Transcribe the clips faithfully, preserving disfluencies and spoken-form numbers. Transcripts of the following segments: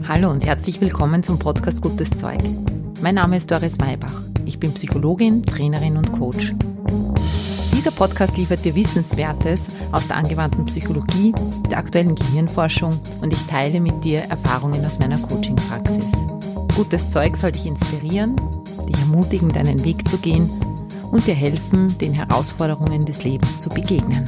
Hallo und herzlich willkommen zum Podcast Gutes Zeug. Mein Name ist Doris Maybach. Ich bin Psychologin, Trainerin und Coach. Dieser Podcast liefert dir Wissenswertes aus der angewandten Psychologie, der aktuellen Gehirnforschung und ich teile mit dir Erfahrungen aus meiner Coaching-Praxis. Gutes Zeug soll dich inspirieren, dich ermutigen, deinen Weg zu gehen und dir helfen, den Herausforderungen des Lebens zu begegnen.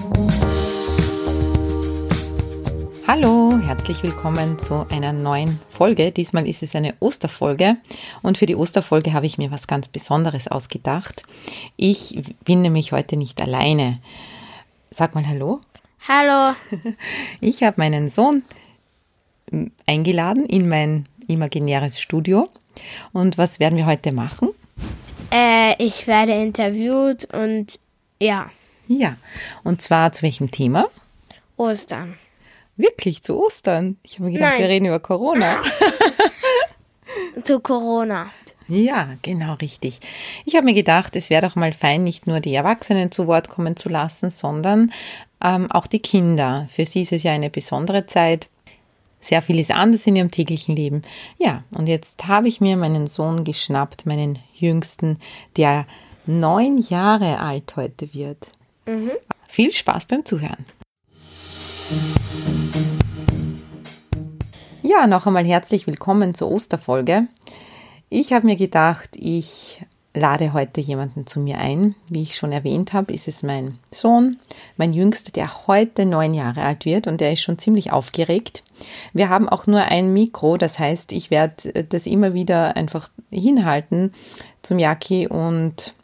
Hallo, herzlich willkommen zu einer neuen Folge. Diesmal ist es eine Osterfolge und für die Osterfolge habe ich mir was ganz Besonderes ausgedacht. Ich bin nämlich heute nicht alleine. Sag mal Hallo. Hallo. Ich habe meinen Sohn eingeladen in mein imaginäres Studio. Und was werden wir heute machen? Äh, ich werde interviewt und ja. Ja, und zwar zu welchem Thema? Ostern. Wirklich, zu Ostern? Ich habe mir gedacht, Nein. wir reden über Corona. Zu Corona. Ja, genau, richtig. Ich habe mir gedacht, es wäre doch mal fein, nicht nur die Erwachsenen zu Wort kommen zu lassen, sondern ähm, auch die Kinder. Für sie ist es ja eine besondere Zeit. Sehr viel ist anders in ihrem täglichen Leben. Ja, und jetzt habe ich mir meinen Sohn geschnappt, meinen Jüngsten, der neun Jahre alt heute wird. Mhm. Viel Spaß beim Zuhören. Ja, noch einmal herzlich willkommen zur Osterfolge. Ich habe mir gedacht, ich lade heute jemanden zu mir ein. Wie ich schon erwähnt habe, ist es mein Sohn, mein Jüngster, der heute neun Jahre alt wird und der ist schon ziemlich aufgeregt. Wir haben auch nur ein Mikro, das heißt, ich werde das immer wieder einfach hinhalten zum Jaki und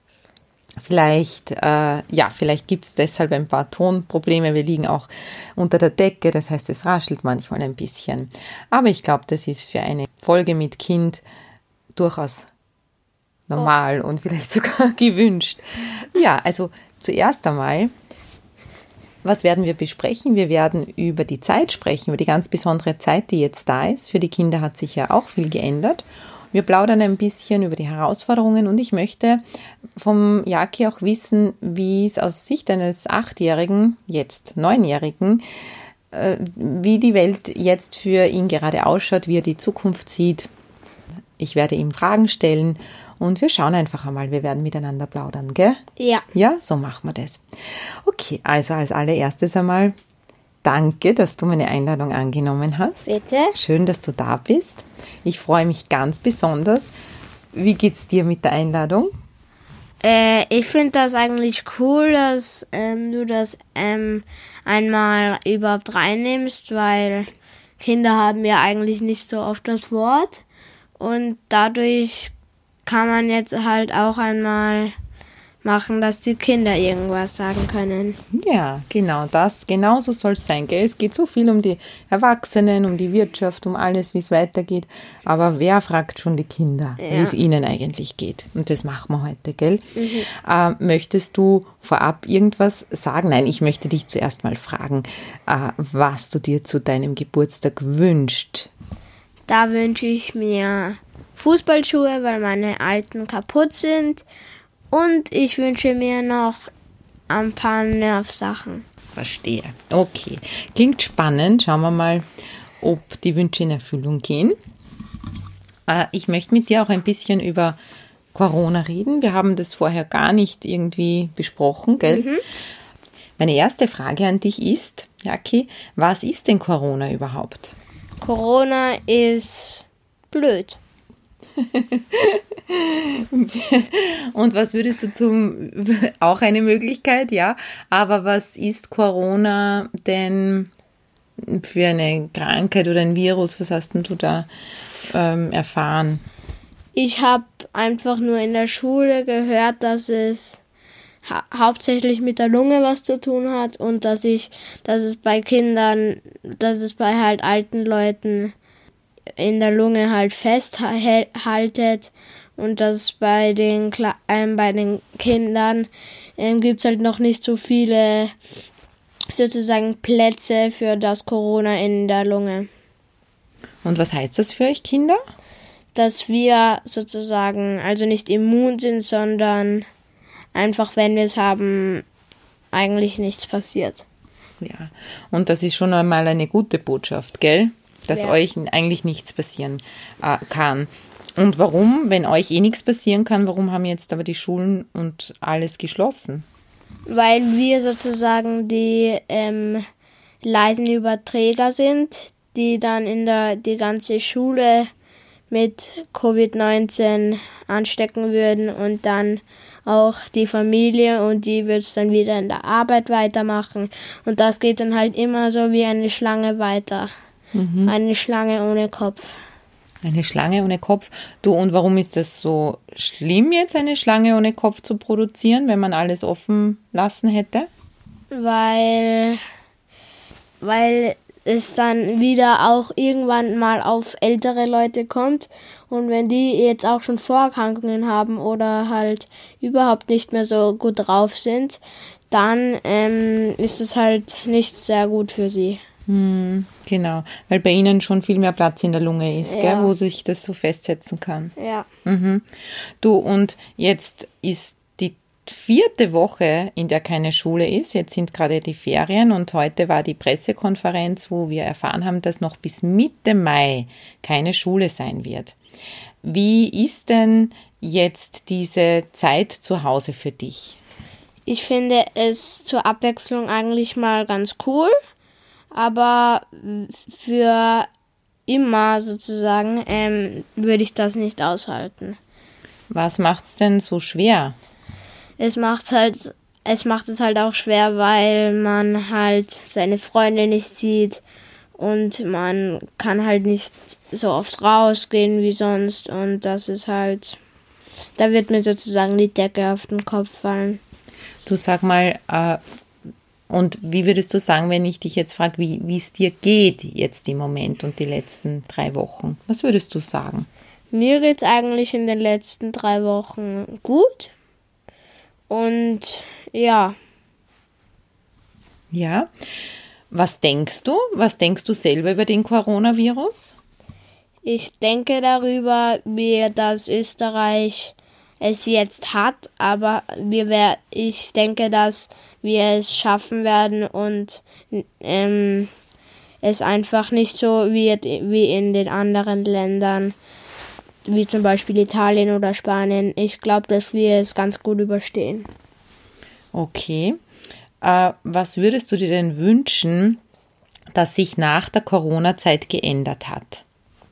Vielleicht, äh, ja, vielleicht gibt es deshalb ein paar Tonprobleme. Wir liegen auch unter der Decke, das heißt, es raschelt manchmal ein bisschen. Aber ich glaube, das ist für eine Folge mit Kind durchaus normal oh. und vielleicht sogar gewünscht. Ja, also zuerst einmal, was werden wir besprechen? Wir werden über die Zeit sprechen, über die ganz besondere Zeit, die jetzt da ist. Für die Kinder hat sich ja auch viel geändert. Wir plaudern ein bisschen über die Herausforderungen und ich möchte vom Jaki auch wissen, wie es aus Sicht eines Achtjährigen, jetzt Neunjährigen, äh, wie die Welt jetzt für ihn gerade ausschaut, wie er die Zukunft sieht. Ich werde ihm Fragen stellen und wir schauen einfach einmal, wir werden miteinander plaudern, gell? Ja. Ja, so machen wir das. Okay, also als allererstes einmal danke, dass du meine Einladung angenommen hast. Bitte. Schön, dass du da bist. Ich freue mich ganz besonders. Wie geht's dir mit der Einladung? Äh, ich finde das eigentlich cool, dass ähm, du das ähm, einmal überhaupt reinnimmst, weil Kinder haben ja eigentlich nicht so oft das Wort und dadurch kann man jetzt halt auch einmal machen, dass die Kinder irgendwas sagen können. Ja, genau, das, genau so soll es sein, gell? Es geht so viel um die Erwachsenen, um die Wirtschaft, um alles, wie es weitergeht, aber wer fragt schon die Kinder, ja. wie es ihnen eigentlich geht? Und das machen wir heute, gell? Mhm. Äh, möchtest du vorab irgendwas sagen? Nein, ich möchte dich zuerst mal fragen, äh, was du dir zu deinem Geburtstag wünschst. Da wünsche ich mir Fußballschuhe, weil meine alten kaputt sind. Und ich wünsche mir noch ein paar Nervsachen. Verstehe. Okay. Klingt spannend. Schauen wir mal, ob die Wünsche in Erfüllung gehen. Äh, ich möchte mit dir auch ein bisschen über Corona reden. Wir haben das vorher gar nicht irgendwie besprochen, gell? Mhm. Meine erste Frage an dich ist, Jaki, was ist denn Corona überhaupt? Corona ist blöd. Und was würdest du zum, auch eine Möglichkeit, ja, aber was ist Corona denn für eine Krankheit oder ein Virus, was hast denn du da ähm, erfahren? Ich habe einfach nur in der Schule gehört, dass es ha- hauptsächlich mit der Lunge was zu tun hat und dass ich, dass es bei Kindern, dass es bei halt alten Leuten in der Lunge halt festhaltet und dass bei den Kle- äh, bei den Kindern äh, gibt es halt noch nicht so viele sozusagen Plätze für das Corona in der Lunge. Und was heißt das für euch Kinder? Dass wir sozusagen also nicht immun sind, sondern einfach, wenn wir es haben, eigentlich nichts passiert. Ja, und das ist schon einmal eine gute Botschaft, gell? dass Ja. euch eigentlich nichts passieren äh, kann. Und warum, wenn euch eh nichts passieren kann, warum haben jetzt aber die Schulen und alles geschlossen? Weil wir sozusagen die ähm, leisen Überträger sind, die dann in der die ganze Schule mit Covid neunzehn anstecken würden und dann auch die Familie und die wird es dann wieder in der Arbeit weitermachen. Und das geht dann halt immer so wie eine Schlange weiter. Mhm. Eine Schlange ohne Kopf. Eine Schlange ohne Kopf. Du, und warum ist das so schlimm, jetzt eine Schlange ohne Kopf zu produzieren, wenn man alles offen lassen hätte? Weil, weil es dann wieder auch irgendwann mal auf ältere Leute kommt und wenn die jetzt auch schon Vorerkrankungen haben oder halt überhaupt nicht mehr so gut drauf sind, dann ähm, ist es halt nicht sehr gut für sie. Hm, genau, weil bei ihnen schon viel mehr Platz in der Lunge ist, Ja. gell, wo sich das so festsetzen kann. Ja. Mhm. Du, und jetzt ist die vierte Woche, in der keine Schule ist. Jetzt sind gerade die Ferien und heute war die Pressekonferenz, wo wir erfahren haben, dass noch bis Mitte Mai keine Schule sein wird. Wie ist denn jetzt diese Zeit zu Hause für dich? Ich finde es zur Abwechslung eigentlich mal ganz cool, aber für immer sozusagen ähm, würde ich das nicht aushalten. Was macht's denn so schwer? Es macht halt, es macht es halt auch schwer, weil man halt seine Freunde nicht sieht und man kann halt nicht so oft rausgehen wie sonst und das ist halt, da wird mir sozusagen die Decke auf den Kopf fallen. Du, sag mal, äh, und wie würdest du sagen, wenn ich dich jetzt frage, wie wie es dir geht jetzt im Moment und die letzten drei Wochen? Was würdest du sagen? Mir geht's eigentlich in den letzten drei Wochen gut. Und ja. Ja. Was denkst du? Was denkst du selber über den Coronavirus? Ich denke darüber, wie das Österreich es jetzt hat, aber wir wer ich denke, dass wir es schaffen werden und ähm, es einfach nicht so wird wie in den anderen Ländern, wie zum Beispiel Italien oder Spanien. Ich glaube, dass wir es ganz gut überstehen. Okay. Äh, was würdest du dir denn wünschen, dass sich nach der Corona-Zeit geändert hat?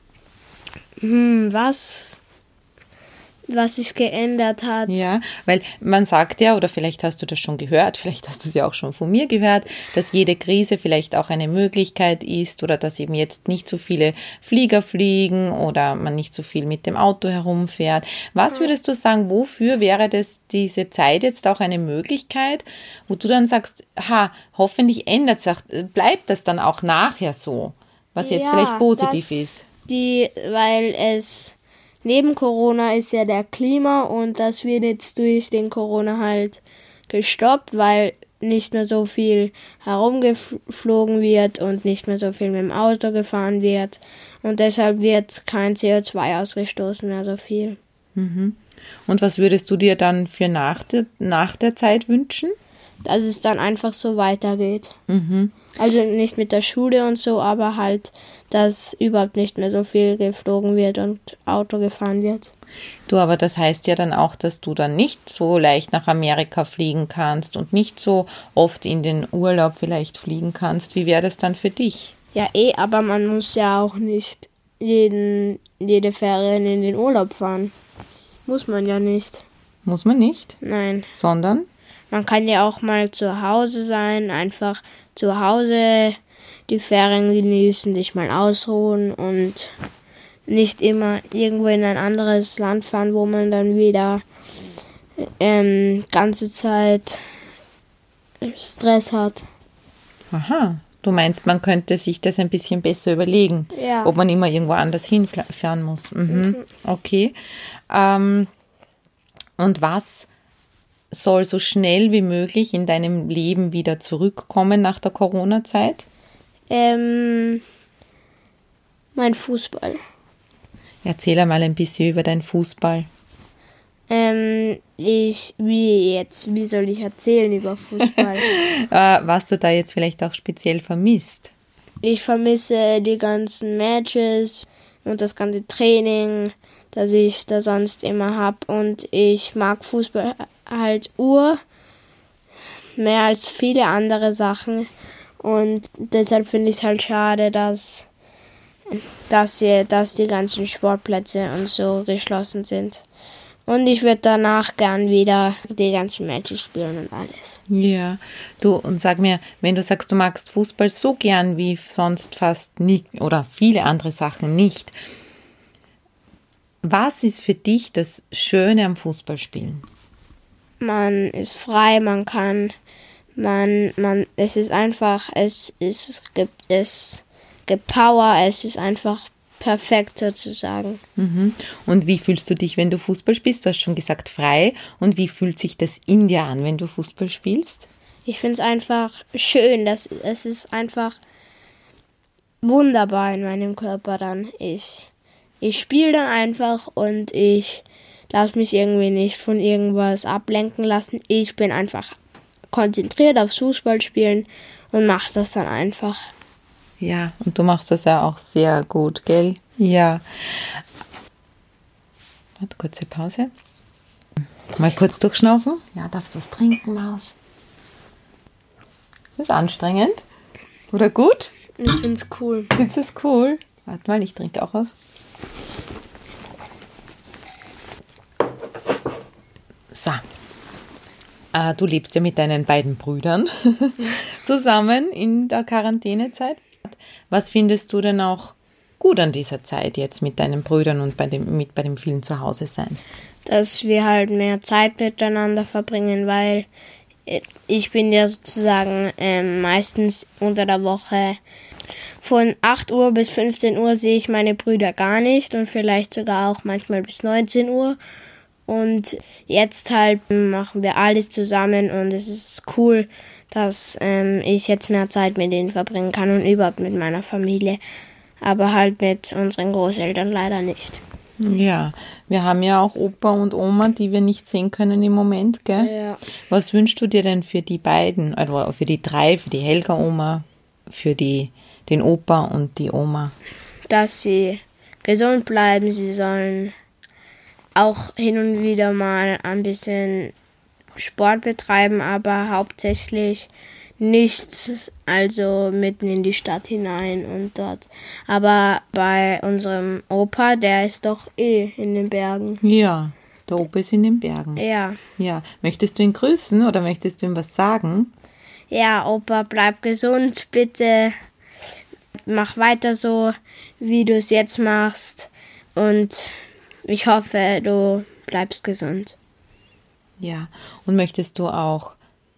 Hm, was? Was sich geändert hat. Ja, weil man sagt ja, oder vielleicht hast du das schon gehört, vielleicht hast du es ja auch schon von mir gehört, dass jede Krise vielleicht auch eine Möglichkeit ist oder dass eben jetzt nicht so viele Flieger fliegen oder man nicht so viel mit dem Auto herumfährt. Was würdest du sagen, wofür wäre das diese Zeit jetzt auch eine Möglichkeit, wo du dann sagst, ha, hoffentlich ändert sich, bleibt das dann auch nachher so, was jetzt Ja, vielleicht positiv das, ist? Die, weil es neben Corona ist ja der Klima und das wird jetzt durch den Corona halt gestoppt, weil nicht mehr so viel herumgeflogen wird und nicht mehr so viel mit dem Auto gefahren wird und deshalb wird kein C O zwei ausgestoßen mehr so viel. Mhm. Und was würdest du dir dann für nach der, nach der Zeit wünschen? Dass es dann einfach so weitergeht. Mhm. Also nicht mit der Schule und so, aber halt, dass überhaupt nicht mehr so viel geflogen wird und Auto gefahren wird. Du, aber das heißt ja dann auch, dass du dann nicht so leicht nach Amerika fliegen kannst und nicht so oft in den Urlaub vielleicht fliegen kannst. Wie wäre das dann für dich? Ja, eh, aber man muss ja auch nicht jeden, jede Ferien in den Urlaub fahren. Muss man ja nicht. Muss man nicht, Nein. sondern? Man kann ja auch mal zu Hause sein, einfach zu Hause die Ferien genießen, sich mal ausruhen und nicht immer irgendwo in ein anderes Land fahren, wo man dann wieder ähm, ganze Zeit Stress hat. Aha, du meinst, man könnte sich das ein bisschen besser überlegen, Ja. ob man immer irgendwo anders hinfahren muss. Mhm. Mhm. Okay. Ähm, und was soll so schnell wie möglich in deinem Leben wieder zurückkommen nach der Corona-Zeit? Ähm, mein Fußball. Erzähl einmal ein bisschen über deinen Fußball. Ähm, ich, wie jetzt, wie soll ich erzählen über Fußball? Äh, was du da jetzt vielleicht auch speziell vermisst? ich vermisse die ganzen Matches und das ganze Training, das ich da sonst immer habe. Und ich mag Fußball halt ur mehr als viele andere Sachen. Und deshalb finde ich es halt schade, dass, dass, hier, dass die ganzen Sportplätze und so geschlossen sind. Und ich würde danach gern wieder die ganzen Matches spielen und alles. Ja, du, und sag mir, wenn du sagst, du magst Fußball so gern wie sonst fast nie oder viele andere Sachen nicht, was ist für dich das Schöne am Fußballspielen? Man ist frei, man kann, man, man, es ist einfach, es ist, es gibt, es gibt Power, es ist einfach perfekt sozusagen. Mhm. Und wie fühlst du dich, wenn du Fußball spielst? Du hast schon gesagt, frei. Und wie fühlt sich das in dir an, wenn du Fußball spielst? Ich finde es einfach schön, dass, es ist einfach wunderbar in meinem Körper dann. Ich, ich spiele dann einfach und ich lasse mich irgendwie nicht von irgendwas ablenken lassen. Ich bin einfach konzentriert aufs Fußballspielen und mache das dann einfach. Ja, und du machst das ja auch sehr gut, gell? Ja. Warte, kurze Pause. Mal kurz durchschnaufen. Ja, darfst du was trinken, Maus? Das ist anstrengend. Oder gut? Ich finde es cool. Findest du es cool? Warte mal, ich trinke auch was. So. Äh, du lebst ja mit deinen beiden Brüdern zusammen in der Quarantänezeit. Was findest du denn auch gut an dieser Zeit jetzt mit deinen Brüdern und bei dem, mit bei dem vielen Zuhause-Sein? Dass wir halt mehr Zeit miteinander verbringen, weil ich bin ja sozusagen ähm, meistens unter der Woche von acht Uhr bis fünfzehn Uhr sehe ich meine Brüder gar nicht und vielleicht sogar auch manchmal bis neunzehn Uhr. Und jetzt halt machen wir alles zusammen und es ist cool, dass ähm, ich jetzt mehr Zeit mit denen verbringen kann und überhaupt mit meiner Familie. Aber halt mit unseren Großeltern leider nicht. Ja, wir haben ja auch Opa und Oma, die wir nicht sehen können im Moment, gell? Ja. Was wünschst du dir denn für die beiden, also für die drei, für die Helga-Oma, für die, den Opa und die Oma? Dass sie gesund bleiben, sie sollen auch hin und wieder mal ein bisschen Sport betreiben, aber hauptsächlich nichts, also mitten in die Stadt hinein und dort. Aber bei unserem Opa, der ist doch eh in den Bergen. Ja, der Opa ist in den Bergen. Ja. Ja, möchtest du ihn grüßen oder möchtest du ihm was sagen? Ja, Opa, bleib gesund, bitte. Mach weiter so, wie du es jetzt machst und ich hoffe, du bleibst gesund. Ja, und möchtest du auch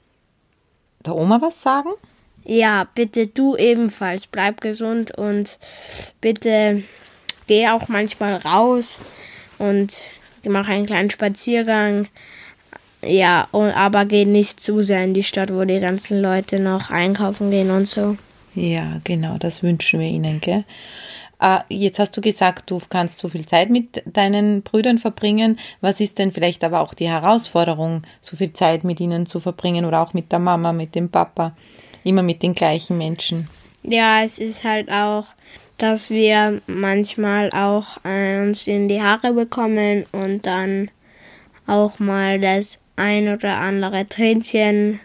der Oma was sagen? Ja, bitte du ebenfalls. Bleib gesund und bitte geh auch manchmal raus und mach einen kleinen Spaziergang. Ja, und, aber geh nicht zu sehr in die Stadt, wo die ganzen Leute noch einkaufen gehen und so. Ja, genau, das wünschen wir ihnen, gell? Uh, jetzt hast du gesagt, du kannst so viel Zeit mit deinen Brüdern verbringen. Was ist denn vielleicht aber auch die Herausforderung, so viel Zeit mit ihnen zu verbringen oder auch mit der Mama, mit dem Papa, immer mit den gleichen Menschen? Ja, es ist halt auch, dass wir manchmal auch äh, uns in die Haare bekommen und dann auch mal das ein oder andere Tränchen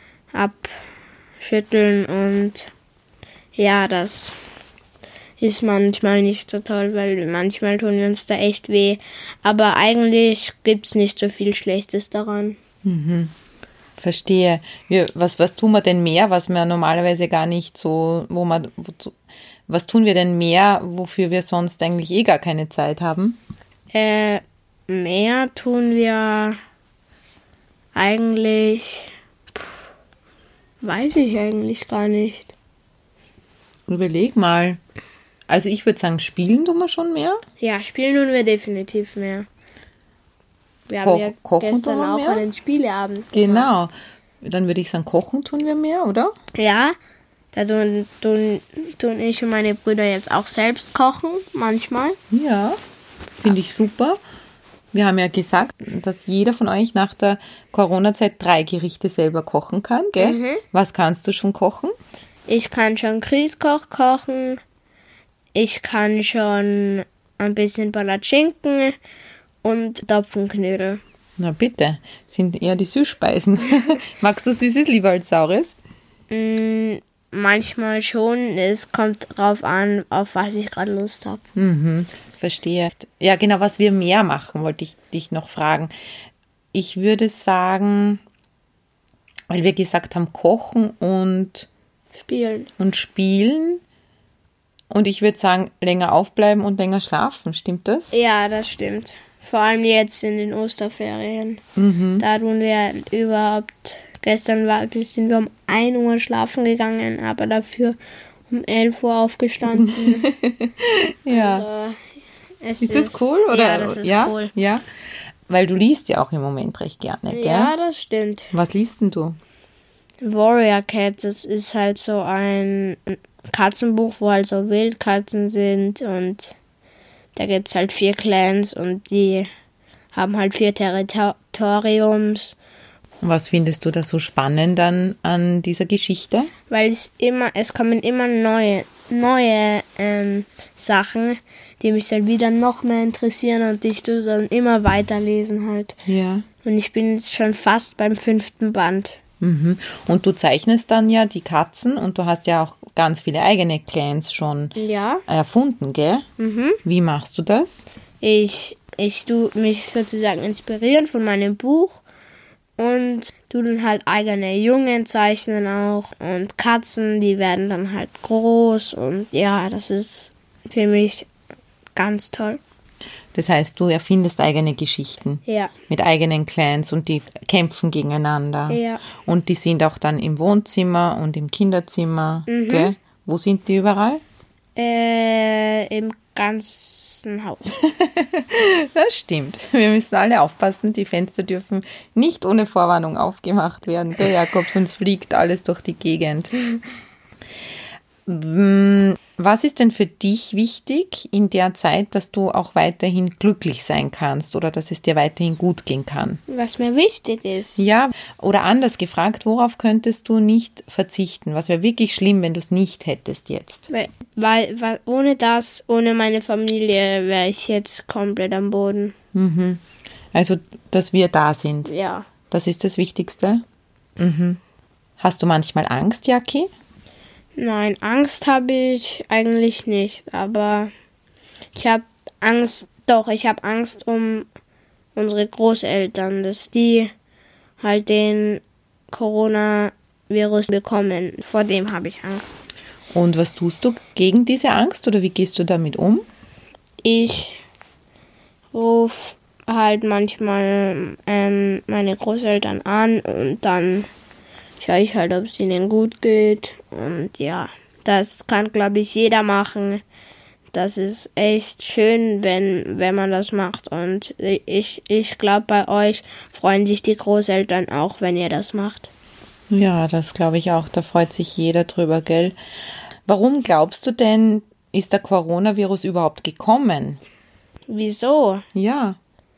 abschütteln und ja, das ist manchmal nicht so toll, weil manchmal tun wir uns da echt weh. Aber eigentlich gibt es nicht so viel Schlechtes daran. Mhm. Verstehe. Wir, was, was tun wir denn mehr, was wir normalerweise gar nicht so, wo man, wozu, was tun wir denn mehr, wofür wir sonst eigentlich eh gar keine Zeit haben? Äh, mehr tun wir eigentlich, pff, weiß ich eigentlich gar nicht. Überleg mal. Also ich würde sagen, spielen tun wir schon mehr. Ja, spielen tun wir definitiv mehr. Wir Koch, haben ja kochen gestern tun wir auch mehr? einen Spieleabend gemacht. Genau. Dann würde ich sagen, kochen tun wir mehr, oder? Ja, da tun, tun, tun ich und meine Brüder jetzt auch selbst kochen, manchmal. Ja, finde ich super. Wir haben ja gesagt, dass jeder von euch nach der Corona-Zeit drei Gerichte selber kochen kann, gell? Mhm. Was kannst du schon kochen? Ich kann schon Grießkoch kochen. Ich kann schon ein bisschen Palatschinken und Topfenknödel. Na bitte, sind eher die Süßspeisen. Magst du Süßes lieber als Saures? Mm, manchmal schon. Es kommt drauf an, auf was ich gerade Lust habe. Mhm, verstehe. Ja, genau, was wir mehr machen, wollte ich dich noch fragen. Ich würde sagen, weil wir gesagt haben, kochen und Spielen. und spielen. Und ich würde sagen, länger aufbleiben und länger schlafen. Stimmt das? Ja, das stimmt. Vor allem jetzt in den Osterferien. Mhm. Da tun wir überhaupt, gestern war, sind wir um ein Uhr schlafen gegangen, aber dafür um elf Uhr aufgestanden. Ja. Also, es Ist das cool? Oder? Ja, das ist ja? cool. Ja. Weil du liest ja auch im Moment recht gerne, gell? Ja, das stimmt. Was liest denn du? Warrior Cat, das ist halt so ein Katzenbuch, wo halt so Wildkatzen sind und da gibt es halt vier Clans und die haben halt vier Territoriums. Und was findest du da so spannend an, an dieser Geschichte? Weil es immer, es kommen immer neue, neue ähm, Sachen, die mich dann wieder noch mehr interessieren und ich tue dann immer weiterlesen halt. Ja. Und ich bin jetzt schon fast beim fünften Band. Mhm. Und du zeichnest dann ja die Katzen und du hast ja auch ganz viele eigene Clans schon Ja. erfunden, gell? Mhm. Wie machst du das? Ich, ich tue mich sozusagen inspirieren von meinem Buch und tue dann halt eigene Jungen zeichnen auch und Katzen, die werden dann halt groß und ja, das ist für mich ganz toll. Das heißt, du erfindest eigene Geschichten Ja. mit eigenen Clans und die kämpfen gegeneinander. Ja. Und die sind auch dann im Wohnzimmer und im Kinderzimmer, gell? Wo sind die überall? Äh, im ganzen Haus. Das stimmt. Wir müssen alle aufpassen, die Fenster dürfen nicht ohne Vorwarnung aufgemacht werden, gell, Jakob? Sonst fliegt alles durch die Gegend. Was ist denn für dich wichtig in der Zeit, dass du auch weiterhin glücklich sein kannst oder dass es dir weiterhin gut gehen kann? Was mir wichtig ist. Ja, oder anders gefragt, worauf könntest du nicht verzichten? Was wäre wirklich schlimm, wenn du es nicht hättest jetzt? Weil, weil, weil ohne das, ohne meine Familie wäre ich jetzt komplett am Boden. Mhm. Also, dass wir da sind, Ja. das ist das Wichtigste. Mhm. Hast du manchmal Angst, Jackie? Nein, Angst habe ich eigentlich nicht, aber ich habe Angst, doch, ich habe Angst um unsere Großeltern, dass die halt den Coronavirus bekommen. Vor dem habe ich Angst. Und was tust du gegen diese Angst oder wie gehst du damit um? Ich rufe halt manchmal ähm, meine Großeltern an und dann schaue ich halt, ob es ihnen gut geht. Und ja, das kann, glaube ich, jeder machen. Das ist echt schön, wenn, wenn man das macht. Und ich, ich glaube, bei euch freuen sich die Großeltern auch, wenn ihr das macht. Ja, das glaube ich auch. Da freut sich jeder drüber, gell? Warum glaubst du denn, ist der Coronavirus überhaupt gekommen? Wieso? Ja.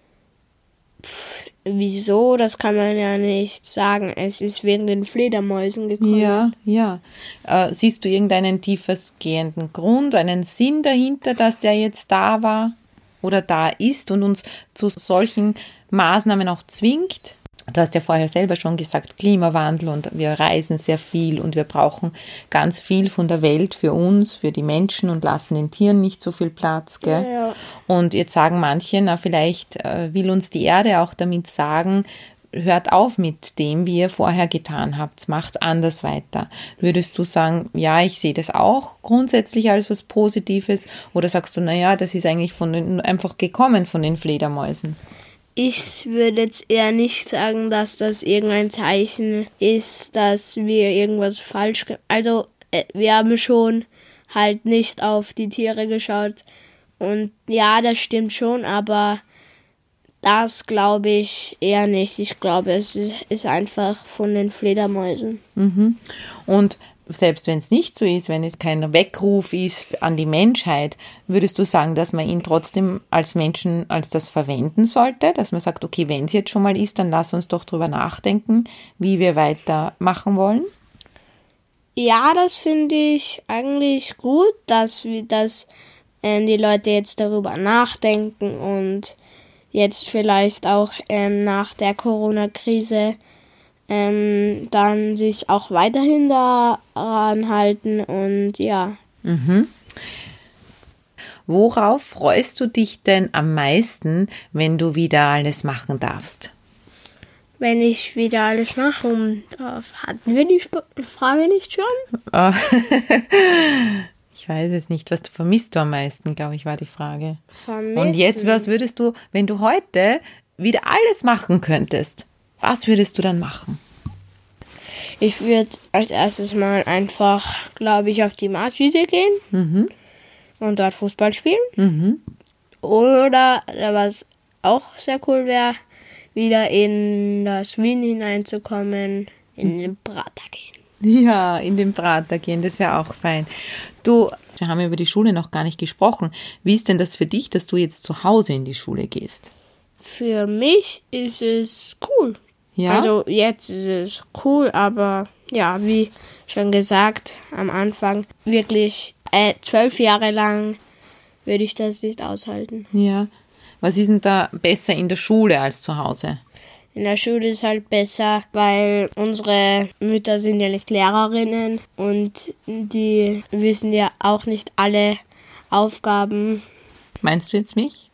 Wieso? Das kann man ja nicht sagen. Es ist wegen den Fledermäusen gekommen. Ja, ja. Äh, siehst du irgendeinen tiefergehenden Grund, einen Sinn dahinter, dass der jetzt da war oder da ist und uns zu solchen Maßnahmen auch zwingt? Du hast ja vorher selber schon gesagt, Klimawandel und wir reisen sehr viel und wir brauchen ganz viel von der Welt für uns, für die Menschen und lassen den Tieren nicht so viel Platz, gell? Ja. Und jetzt sagen manche, na vielleicht äh, will uns die Erde auch damit sagen, hört auf mit dem, wie ihr vorher getan habt, macht anders weiter. Würdest du sagen, ja, ich sehe das auch grundsätzlich als was Positives oder sagst du, naja, das ist eigentlich von den, einfach gekommen von den Fledermäusen? Ich würde jetzt eher nicht sagen, dass das irgendein Zeichen ist, dass wir irgendwas falsch... Ge- also, äh, wir haben schon halt nicht auf die Tiere geschaut. Und ja, das stimmt schon, aber das glaube ich eher nicht. Ich glaube, es ist, ist einfach von den Fledermäusen. Mhm. Und selbst wenn es nicht so ist, wenn es kein Weckruf ist an die Menschheit, würdest du sagen, dass man ihn trotzdem als Menschen als das verwenden sollte? Dass man sagt, okay, wenn es jetzt schon mal ist, dann lass uns doch drüber nachdenken, wie wir weitermachen wollen? Ja, das finde ich eigentlich gut, dass, wir- dass ähm, die Leute jetzt darüber nachdenken und jetzt vielleicht auch ähm, nach der Corona-Krise ähm, dann sich auch weiterhin daran halten und ja. Mhm. Worauf freust du dich denn am meisten, wenn du wieder alles machen darfst? Wenn ich wieder alles machen darf. Hatten wir die Sp- Frage nicht schon? Oh. Ich weiß es nicht. Was du vermisst du am meisten, glaube ich, war die Frage. Vermissen. Und jetzt, was würdest du, wenn du heute wieder alles machen könntest, was würdest du dann machen? Ich würde als erstes mal einfach, glaube ich, auf die Marswiese gehen Mhm. und dort Fußball spielen. Mhm. Oder, was auch sehr cool wäre, wieder in das Wien hineinzukommen, in den Prater gehen. Ja, in den Prater gehen, das wäre auch fein. Du, wir haben über die Schule noch gar nicht gesprochen. Wie ist denn das für dich, dass du jetzt zu Hause in die Schule gehst? Für mich ist es cool. Ja? Also jetzt ist es cool, aber ja, wie schon gesagt am Anfang, wirklich äh, zwölf Jahre lang würde ich das nicht aushalten. Ja. Was ist denn da besser in der Schule als zu Hause? In der Schule ist halt besser, weil unsere Mütter sind ja nicht Lehrerinnen und die wissen ja auch nicht alle Aufgaben. Meinst du jetzt mich?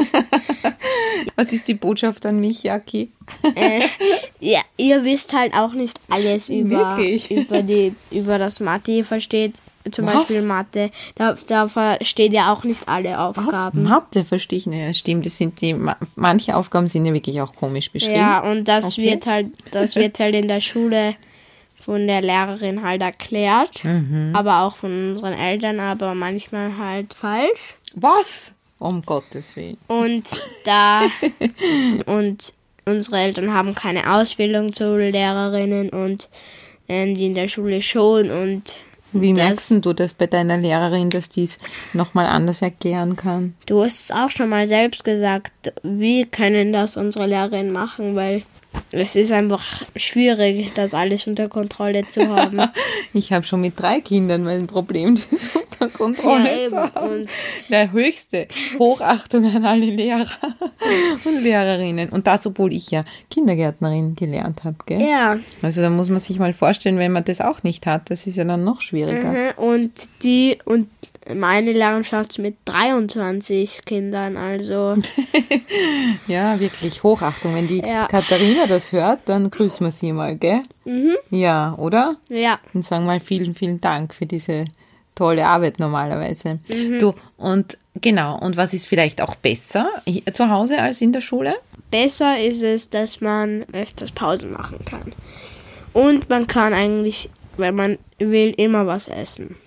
Was ist die Botschaft an mich, Jaki? Äh, ja, ihr wisst halt auch nicht alles über, Wirklich? über, die, über das Mathe. Ihr versteht zum Was? Beispiel Mathe. Da, da versteht ihr auch nicht alle Was? Aufgaben. Mathe verstehe ich nicht. Ja, stimmt, das sind die, manche Aufgaben sind ja wirklich auch komisch beschrieben. Ja, und das Okay. wird halt, das wird halt in der Schule von der Lehrerin halt erklärt, Mhm. aber auch von unseren Eltern, aber manchmal halt falsch. Was? Um Gottes Willen. Und da und unsere Eltern haben keine Ausbildung zu Lehrerinnen und ähm, die in der Schule schon und Wie das- merkst denn du das bei deiner Lehrerin, dass die es nochmal anders erklären kann? du hast es auch schon mal selbst gesagt, wie können das unsere Lehrerinnen machen, weil es ist einfach schwierig, das alles unter Kontrolle zu haben. Ich habe schon mit drei Kindern mein Problem, das unter Kontrolle Ja, eben. zu haben. Und- Der höchste Hochachtung an alle Lehrer und Lehrerinnen. Und das, obwohl ich ja Kindergärtnerin gelernt habe, gell? Ja, Also da muss man sich mal vorstellen, wenn man das auch nicht hat, das ist ja dann noch schwieriger. mhm. und die und meine Lehrerin schafft mit dreiundzwanzig Kindern, also Ja, wirklich Hochachtung. Wenn die Ja. Katharina das hört, dann grüßen wir sie mal, gell? mhm. Ja, oder? ja. Und sagen mal vielen, vielen Dank für diese tolle Arbeit normalerweise. Mhm. Du, und genau, und was ist vielleicht auch besser hier zu Hause als in der Schule? Besser ist es, dass man öfters Pausen machen kann. Und man kann eigentlich, wenn man will, immer was essen.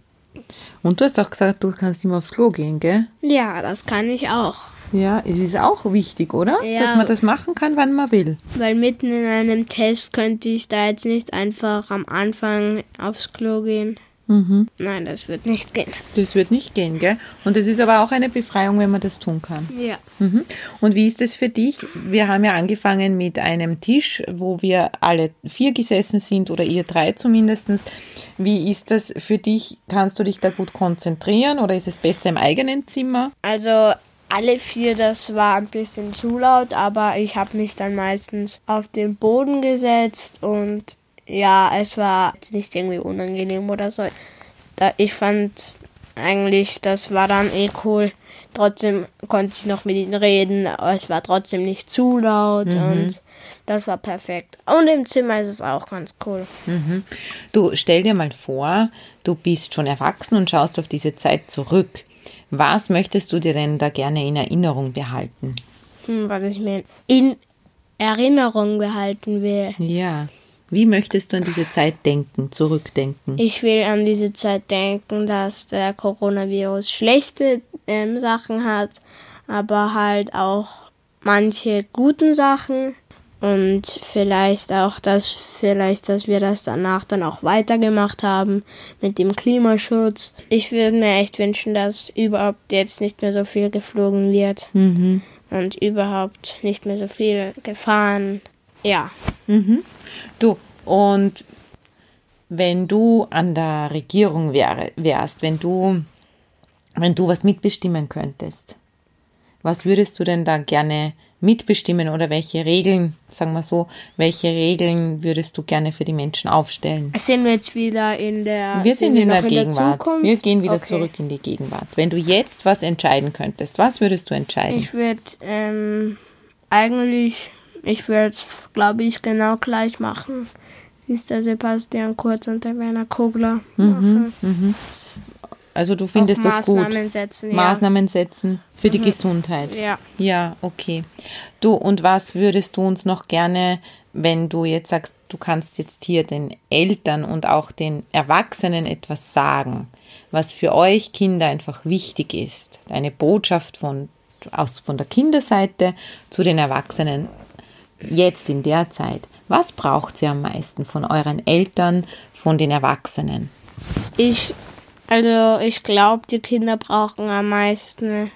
Und du hast auch gesagt, du kannst immer aufs Klo gehen, gell? Ja, das kann ich auch. Ja, es ist auch wichtig, oder? Ja. Dass man das machen kann, wann man will. Weil mitten in einem Test könnte ich da jetzt nicht einfach am Anfang aufs Klo gehen. Mhm. Nein, das wird nicht gehen. Das wird nicht gehen, gell? Und es ist aber auch eine Befreiung, wenn man das tun kann. Ja. Mhm. Und wie ist es für dich? Wir haben ja angefangen mit einem Tisch, wo wir alle vier gesessen sind oder ihr drei zumindest. Wie ist das für dich? Kannst du dich da gut konzentrieren oder ist es besser im eigenen Zimmer? Also alle vier, das war ein bisschen zu laut, aber ich habe mich dann meistens auf den Boden gesetzt und ja, es war jetzt nicht irgendwie unangenehm oder so. Da, ich fand eigentlich, das war dann eh cool. Trotzdem konnte ich noch mit ihnen reden, aber es war trotzdem nicht zu laut und das war perfekt. Und im Zimmer ist es auch ganz cool. Mhm. Du, stell dir mal vor, du bist schon erwachsen und schaust auf diese Zeit zurück. Was möchtest du dir denn da gerne in Erinnerung behalten? Hm, was ich mir in Erinnerung behalten will. Ja. Wie möchtest du an diese Zeit denken, zurückdenken? Ich will an diese Zeit denken, dass der Coronavirus schlechte ähm, Sachen hat, aber halt auch manche guten Sachen und vielleicht auch, dass vielleicht, dass wir das danach dann auch weitergemacht haben mit dem Klimaschutz. Ich würde mir echt wünschen, dass überhaupt jetzt nicht mehr so viel geflogen wird Mhm. und überhaupt nicht mehr so viel gefahren. Ja. Mhm. Du, und wenn du an der Regierung wär, wärst, wenn du, wenn du was mitbestimmen könntest, was würdest du denn da gerne mitbestimmen oder welche Regeln, sagen wir so, welche Regeln würdest du gerne für die Menschen aufstellen? Sind wir jetzt wieder in der Wir sind, sind in der in Gegenwart. Der wir gehen wieder okay. zurück in die Gegenwart. Wenn du jetzt was entscheiden könntest, was würdest du entscheiden? Ich würde ähm, eigentlich, ich würde es, glaube ich, genau gleich machen, wie es der Sebastian Kurz und der Werner Kogler mhm, machen. Mhm. Also du findest Auch das gut? Maßnahmen setzen, ja. Maßnahmen setzen für mhm. die Gesundheit. Ja. Ja, okay. Du, und was würdest du uns noch gerne, wenn du jetzt sagst, du kannst jetzt hier den Eltern und auch den Erwachsenen etwas sagen, was für euch Kinder einfach wichtig ist, eine Botschaft von, aus, von der Kinderseite zu den Erwachsenen jetzt in der Zeit. Was braucht ihr am meisten von euren Eltern, von den Erwachsenen? Ich Also ich glaube, die Kinder brauchen am meisten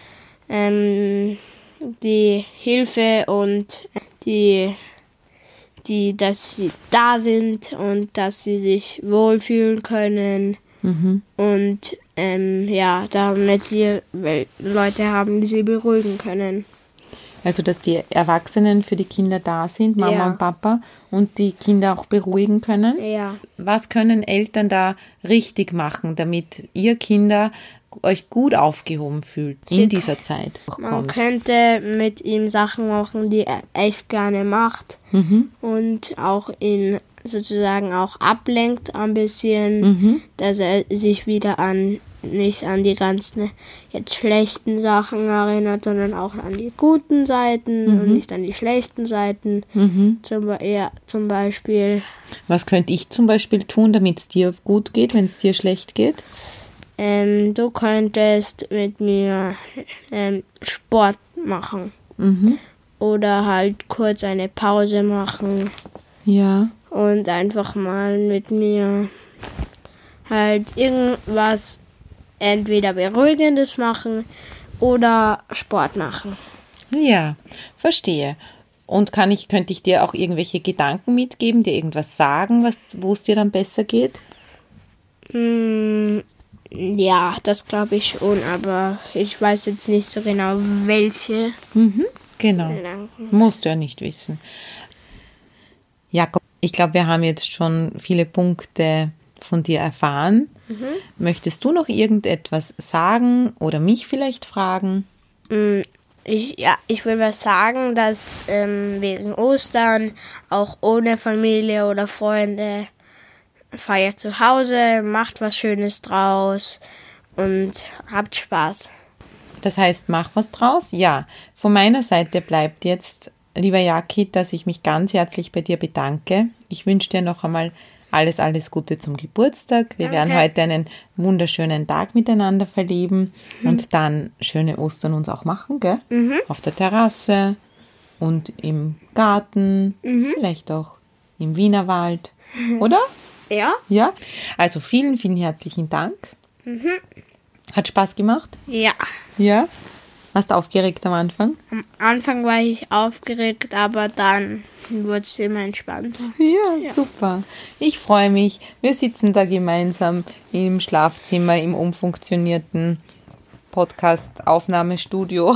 ähm, die Hilfe und die, die, dass sie da sind und dass sie sich wohlfühlen können. Mhm. Und ähm, ja, damit sie Leute haben, die sie beruhigen können. Also, dass die Erwachsenen für die Kinder da sind, Mama ja. und Papa, und die Kinder auch beruhigen können. Ja. Was können Eltern da richtig machen, damit ihr Kinder euch gut aufgehoben fühlt in dieser Zeit? Man könnte mit ihm Sachen machen, die er echt gerne macht mhm. und auch ihn sozusagen auch ablenkt ein bisschen, mhm. dass er sich wieder an nicht an die ganzen jetzt schlechten Sachen erinnert, sondern auch an die guten Seiten mhm. und nicht an die schlechten Seiten. Mhm. Zum, ja, zum Beispiel. Was könnte ich zum Beispiel tun, damit es dir gut geht, wenn es dir schlecht geht? Ähm, du könntest mit mir ähm, Sport machen. Mhm. Oder halt kurz eine Pause machen. Ja. Und einfach mal mit mir halt irgendwas entweder Beruhigendes machen oder Sport machen. Ja, verstehe. Und kann ich, könnte ich dir auch irgendwelche Gedanken mitgeben, dir irgendwas sagen, was, wo es dir dann besser geht? Mm, ja, das glaube ich schon, aber ich weiß jetzt nicht so genau, welche. Mhm, genau, Gedanken. Musst du ja nicht wissen. Jakob, ich glaube, wir haben jetzt schon viele Punkte von dir erfahren. Mhm. Möchtest du noch irgendetwas sagen oder mich vielleicht fragen? Ich, ja, ich will was sagen, dass ähm, wegen Ostern auch ohne Familie oder Freunde feiert zu Hause, macht was Schönes draus und habt Spaß. Das heißt, mach was draus? Ja. Von meiner Seite bleibt jetzt, lieber Jaki, dass ich mich ganz herzlich bei dir bedanke. Ich wünsche dir noch einmal Alles, alles Gute zum Geburtstag. Wir okay. werden heute einen wunderschönen Tag miteinander verleben mhm. und dann schöne Ostern uns auch machen, gell? Mhm. Auf der Terrasse und im Garten, mhm. vielleicht auch im Wienerwald, oder? Ja. Ja. Also vielen, vielen herzlichen Dank. Mhm. Hat Spaß gemacht? Ja. Ja? Warst du aufgeregt am Anfang? Am Anfang war ich aufgeregt, aber dann wurde es immer entspannter. Ja, ja, super. Ich freue mich. Wir sitzen da gemeinsam im Schlafzimmer, im umfunktionierten Podcast-Aufnahmestudio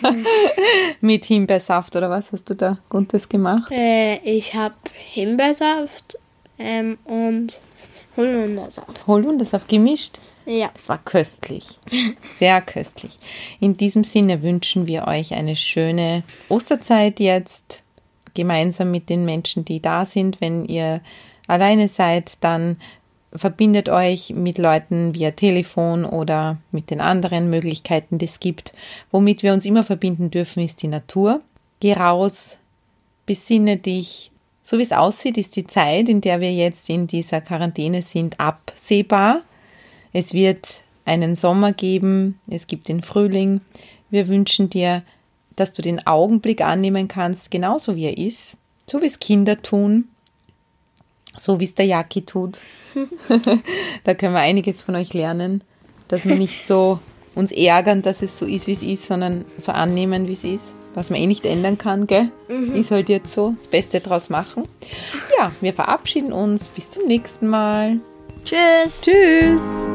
mit Himbeersaft, oder was hast du da Gutes gemacht? Äh, ich habe Himbeersaft ähm, und Holundersaft. Holundersaft gemischt? Ja. Das war köstlich. Sehr köstlich. In diesem Sinne wünschen wir euch eine schöne Osterzeit jetzt, gemeinsam mit den Menschen, die da sind. Wenn ihr alleine seid, dann verbindet euch mit Leuten via Telefon oder mit den anderen Möglichkeiten, die es gibt. Womit wir uns immer verbinden dürfen, ist die Natur. Geh raus, besinne dich. So wie es aussieht, ist die Zeit, in der wir jetzt in dieser Quarantäne sind, absehbar. Es wird einen Sommer geben, es gibt den Frühling. Wir wünschen dir, dass du den Augenblick annehmen kannst, genauso wie er ist, so wie es Kinder tun, so wie es der Jaki tut. Da können wir einiges von euch lernen, dass wir nicht so uns ärgern, dass es so ist, wie es ist, sondern so annehmen, wie es ist. was man eh nicht ändern kann, gell? Mhm. Ist halt jetzt so, das Beste draus machen. Ja, wir verabschieden uns. Bis zum nächsten Mal. Tschüss. Tschüss.